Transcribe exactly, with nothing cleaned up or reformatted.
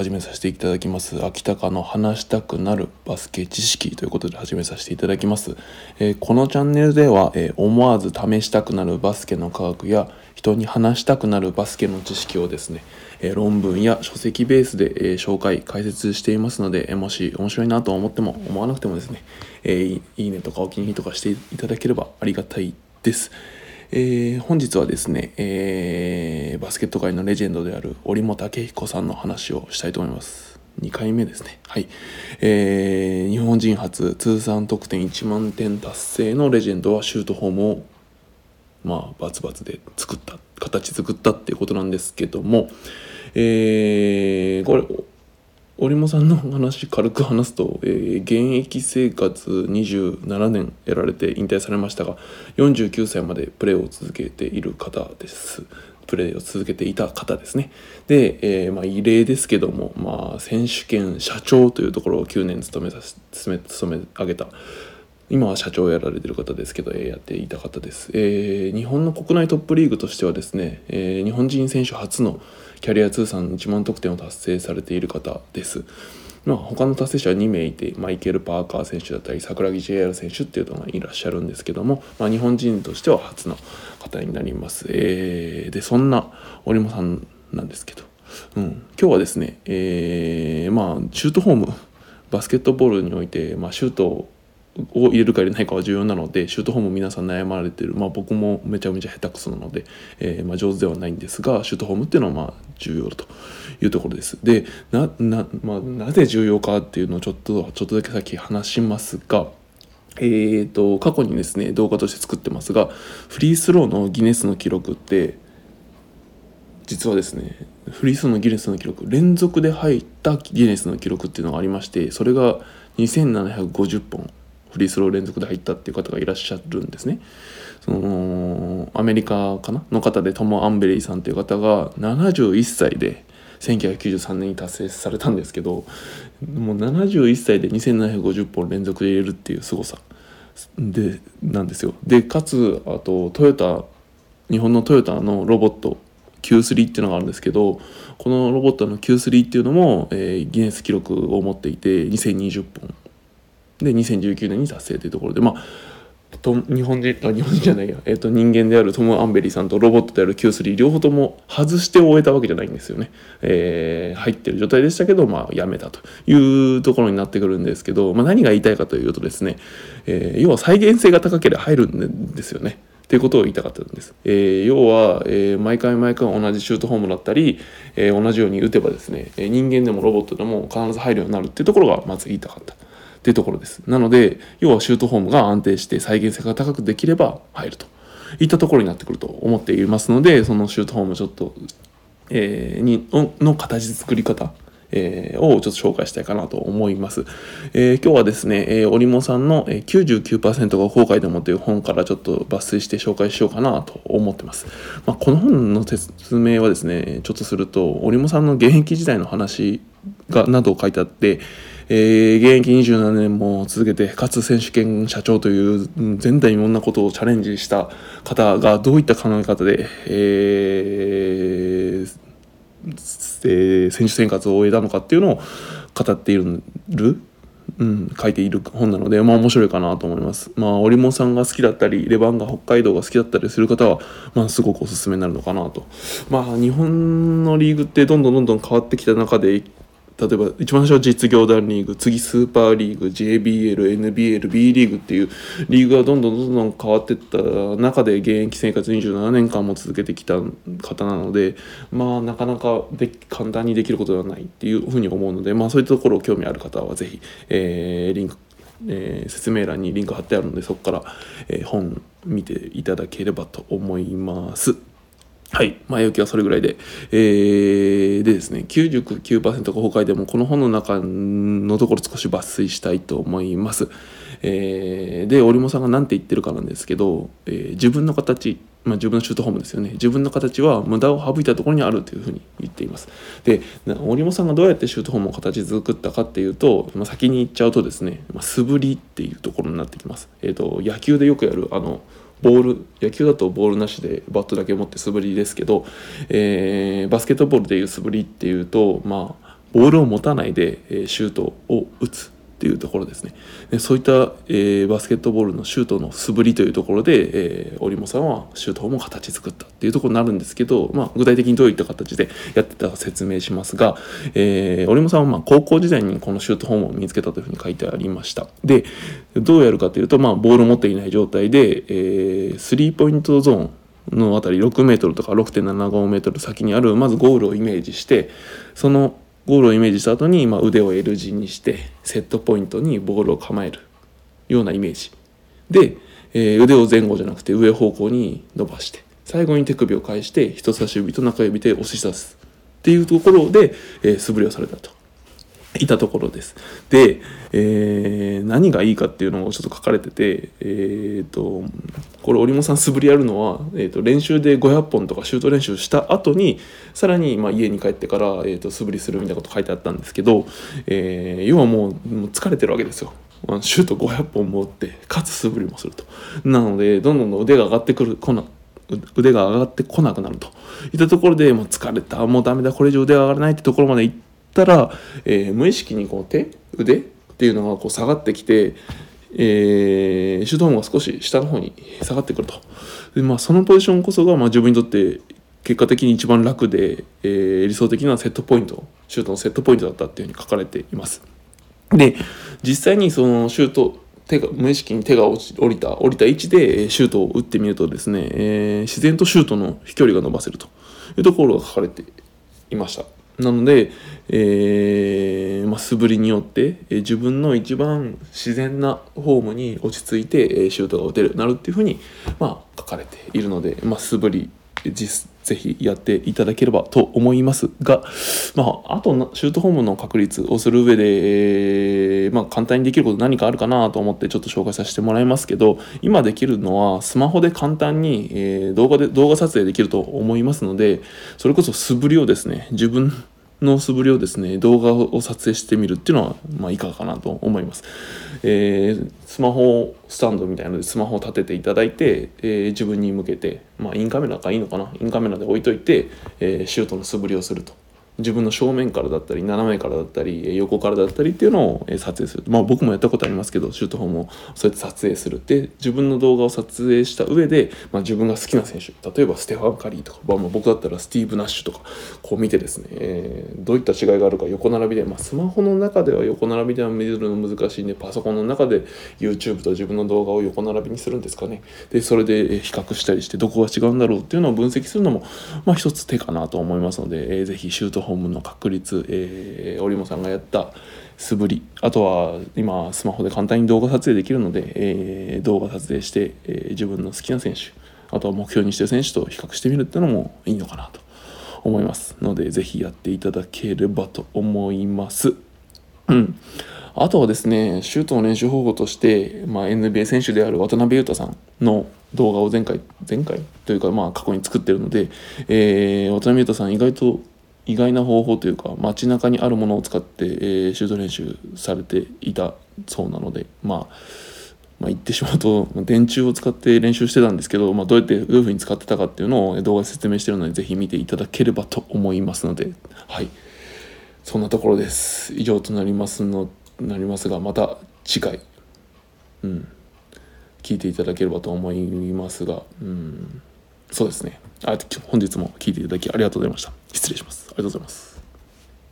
始めさせていただきます。秋高の話したくなるバスケ知識ということで始めさせていただきます。えー、このチャンネルでは、えー、思わず試したくなるバスケの科学や人に話したくなるバスケの知識をですね、えー、論文や書籍ベースで、えー、紹介解説していますので、えー、もし面白いなと思っても思わなくてもですね、えー、いいねとかお気に入りとかしていただければありがたいです。えー、本日はですね、えー、バスケット界のレジェンドである折茂武彦さんの話をしたいと思います。にかいめですね。はい。えー、日本人初通算得点いちまんてん達成のレジェンドはシュートフォームをまあバツバツで作った形作ったっていうことなんですけども、えー、これ折茂さんの話軽く話すと、えー、現役生活にじゅうななねんやられて引退されましたが、よんじゅうきゅうさいまでプレーを続けている方です。プレーを続けていた方ですね。で、えーまあ、異例ですけども、まあ、選手権社長というところをきゅうねん務めさせ務め務め上げた。今は社長をやられている方ですけど、えー、やっていた方です、えー、日本の国内トップリーグとしてはですね、えー、日本人選手初のキャリア通算いちまん得点を達成されている方です。まあ、他の達成者はにめいいて、マイケル・パーカー選手だったり桜木 ジェイアール 選手っていうのがいらっしゃるんですけども、まあ、日本人としては初の方になります、えー、でそんな折茂さんなんですけど、うん、今日はですね、えー、まあシュートフォームバスケットボールにおいて、まあ、シュートをを入れるか入れないかは重要なので、シュートフォーム皆さん悩まれている、まあ、僕もめちゃめちゃ下手くそなので、えーまあ、上手ではないんですが、シュートフォームっていうのはまあ重要だというところです。で な, な,、まあ、なぜ重要かっていうのをちょっとちょっとだけ先話しますが、えーと過去にですね動画として作ってますが、フリースローのギネスの記録って実はですね、フリースローのギネスの記録、連続で入ったギネスの記録っていうのがありまして、それがにせんななひゃくごじゅっぽんフリースロー連続で入ったっていう方がいらっしゃるんですね。そのアメリカかなの方でトム・アンベリーさんという方がななじゅういっさいでせんきゅうひゃくきゅうじゅうさんねんに達成されたんですけど、もうななじゅういっさいでにせんななひゃくごじゅっぽん連続で入れるっていうすごさでなんですよ。でかつあとトヨタ日本のトヨタのロボット キュースリー っていうのがあるんですけど、このロボットの キュースリー っていうのも、えー、ギネス記録を持っていてにせんにじゅっぽんでにせんじゅうきゅうねんに達成というところで、まあと日本人あ日本人じゃないや、えー、と人間であるトム・アンベリーさんとロボットである キュースリー 両方とも外して終えたわけじゃないんですよね。えー、入ってる状態でしたけど、まあ、やめたというところになってくるんですけど、まあ、何が言いたいかというとですね、えー、要は再現性が高ければ入るんですよねっていうことを言いたかったんです。えー、要は、えー、毎回毎回同じシュートフォームだったり、えー、同じように打てばですね、人間でもロボットでも必ず入るようになるっていうところがまず言いたかったっていうところです。なので要はシュートフォームが安定して再現性が高くできれば入るといったところになってくると思っていますので、そのシュートフォームちょっと、えー、にの形作り方えー、をちょっと紹介したいかなと思います。えー、今日はですね、えー、折茂さんの きゅうじゅうきゅうパーセント が後悔でもという本からちょっと抜粋して紹介しようかなと思ってます。まあ、この本の説明はですね、ちょっとすると折茂さんの現役時代の話がなどを書いてあって、えー、現役にじゅうななねんも続けてかつ選手権社長という前代未聞なことをチャレンジした方がどういった考え方で、えーえー、選手生活を終えたのかっていうのを語っている、うん、書いている本なので、まあ面白いかなと思います。まあ折茂さんが好きだったりレバンガ北海道が好きだったりする方は、まあ、すごくおすすめになるのかなと。まあ日本のリーグってどんどんどんどん変わってきた中で、例えば一番最初は実業団リーグ、次スーパーリーグ、 ジェイビーエル、エヌビーエル、B リーグっていうリーグがどんどんどんどん変わっていった中で現役生活にじゅうななねんかんも続けてきた方なので、まあなかなかで簡単にできることではないっていうふうに思うので、まあそういったところを興味ある方はぜひ、えー、リンクえー、説明欄にリンク貼ってあるので、そこから、えー、本見ていただければと思います。はい、前置きはそれぐらいで、えー、でですね、きゅうじゅうきゅうパーセント が崩壊でもこの本の中のところ少し抜粋したいと思います。えー、で折茂さんが何て言ってるかなんですけど、えー、自分の形、まあ、自分のシュートフォームですよね、自分の形は無駄を省いたところにあるというふうに言っています。で折茂さんがどうやってシュートフォームを形作ったかっていうと、まあ、先に言っちゃうとですね、まあ、素振りっていうところになってきます。えーと、野球でよくやるあのボール野球だとボールなしでバットだけ持って素振りですけど、えー、バスケットボールでいう素振りっていうと、まあボールを持たないで、えー、シュートを打つっていうところですね。でそういった、えー、バスケットボールのシュートの素振りというところで、えー、織茂さんはシュートフォームを形作ったっていうところになるんですけど、まあ、具体的にどういった形でやってたか説明しますが、えー、織茂さんはまあ高校時代にこのシュートフォームを見つけたというふうに書いてありました。でどうやるかというと、まあ、ボールを持っていない状態で、えー、スリーポイントゾーンのあたりろくメートルとか ろくてんななごメートル先にあるまずゴールをイメージして、そのゴールをイメージした後に、まあ、腕を L 字にしてセットポイントにボールを構えるようなイメージで、えー、腕を前後じゃなくて上方向に伸ばして最後に手首を返して人差し指と中指で押し出すっていうところで、えー、素振りをされたといたところです。で、えー、何がいいかっていうのをちょっと書かれてて、えー、とこれ織茂さん素振りやるのは、えー、と練習でごひゃっぽんとかシュート練習した後にさらにまあ家に帰ってから、えー、と素振りするみたいなこと書いてあったんですけど、えー、要はもう、もう疲れてるわけですよ。シュートごひゃっぽんも打ってかつ素振りもすると。なのでどんどん腕が上がってくるこな腕が上がってこなくなるといったところで、もう疲れた、もうダメだ、これ以上腕が上がらないってところまでいってたら、えー、無意識にこう手腕っていうのがこう下がってきて、えー、シュートフォームが少し下の方に下がってくると。で、まあ、そのポジションこそが、まあ、自分にとって結果的に一番楽で、えー、理想的なセットポイントシュートのセットポイントだったっていうふうに書かれています。で実際にそのシュート手が無意識に手が落ち降りた降りた位置でシュートを打ってみるとですね、えー、自然とシュートの飛距離が伸ばせるというところが書かれていました。なので、えーまあ、素振りによって、えー、自分の一番自然なフォームに落ち着いて、えー、シュートが打てるようになるっていうふうに、まあ、書かれているので、まあ、素振り実ぜひやっていただければと思いますが、まあ、あとシュートフォームの確率をする上で、えーまあ、簡単にできること何かあるかなと思ってちょっと紹介させてもらいますけど、今できるのはスマホで簡単に、えー、動画で動画撮影できると思いますので、それこそ素振りをですね、自分の素振りをですね動画を撮影してみるっていうのは、まあ、いかがかなと思います。えー、スマホスタンドみたいなのでスマホを立てていただいて、えー、自分に向けて、まあ、インカメラがいいのかなインカメラで置いといて、えー、シュートの素振りをすると。自分の正面からだったり斜めからだったり横からだったりっていうのを撮影する。まあ僕もやったことありますけど、シュートフォームをそうやって撮影する。で自分の動画を撮影した上で、まあ、自分が好きな選手、例えばステファン・カリーとか、まあ、僕だったらスティーブ・ナッシュとかこう見てですね、えー、どういった違いがあるか横並びで、まあ、スマホの中では横並びでは見るの難しいんで、パソコンの中で YouTube と自分の動画を横並びにするんですかね。でそれで比較したりしてどこが違うんだろうっていうのを分析するのも、まあ、一つ手かなと思いますので、えー、ぜひシュートフォームの確率、えー、織茂さんがやった素振り、あとは今スマホで簡単に動画撮影できるので、えー、動画撮影して、えー、自分の好きな選手、あとは目標にしている選手と比較してみるっていうのもいいのかなと思いますので、ぜひやっていただければと思います。うん。あとはですね、シュートの練習方法として、まあ、エヌビーエー 選手である渡辺裕太さんの動画を前回前回というか、まあ、過去に作ってるので、えー、渡辺裕太さん意外と意外な方法というか街中にあるものを使って、えー、シュート練習されていたそうなので、まあ、まあ言ってしまうと電柱を使って練習してたんですけど、まあ、どうやってどういうふうに使ってたかっていうのを動画で説明してるので、ぜひ見ていただければと思いますので、はい、そんなところです。以上となりますのなりますが、また次回、うん、聞いていただければと思いますが、うん、そうですね。あ、本日も聞いていただきありがとうございました。失礼します。ありがとうございます。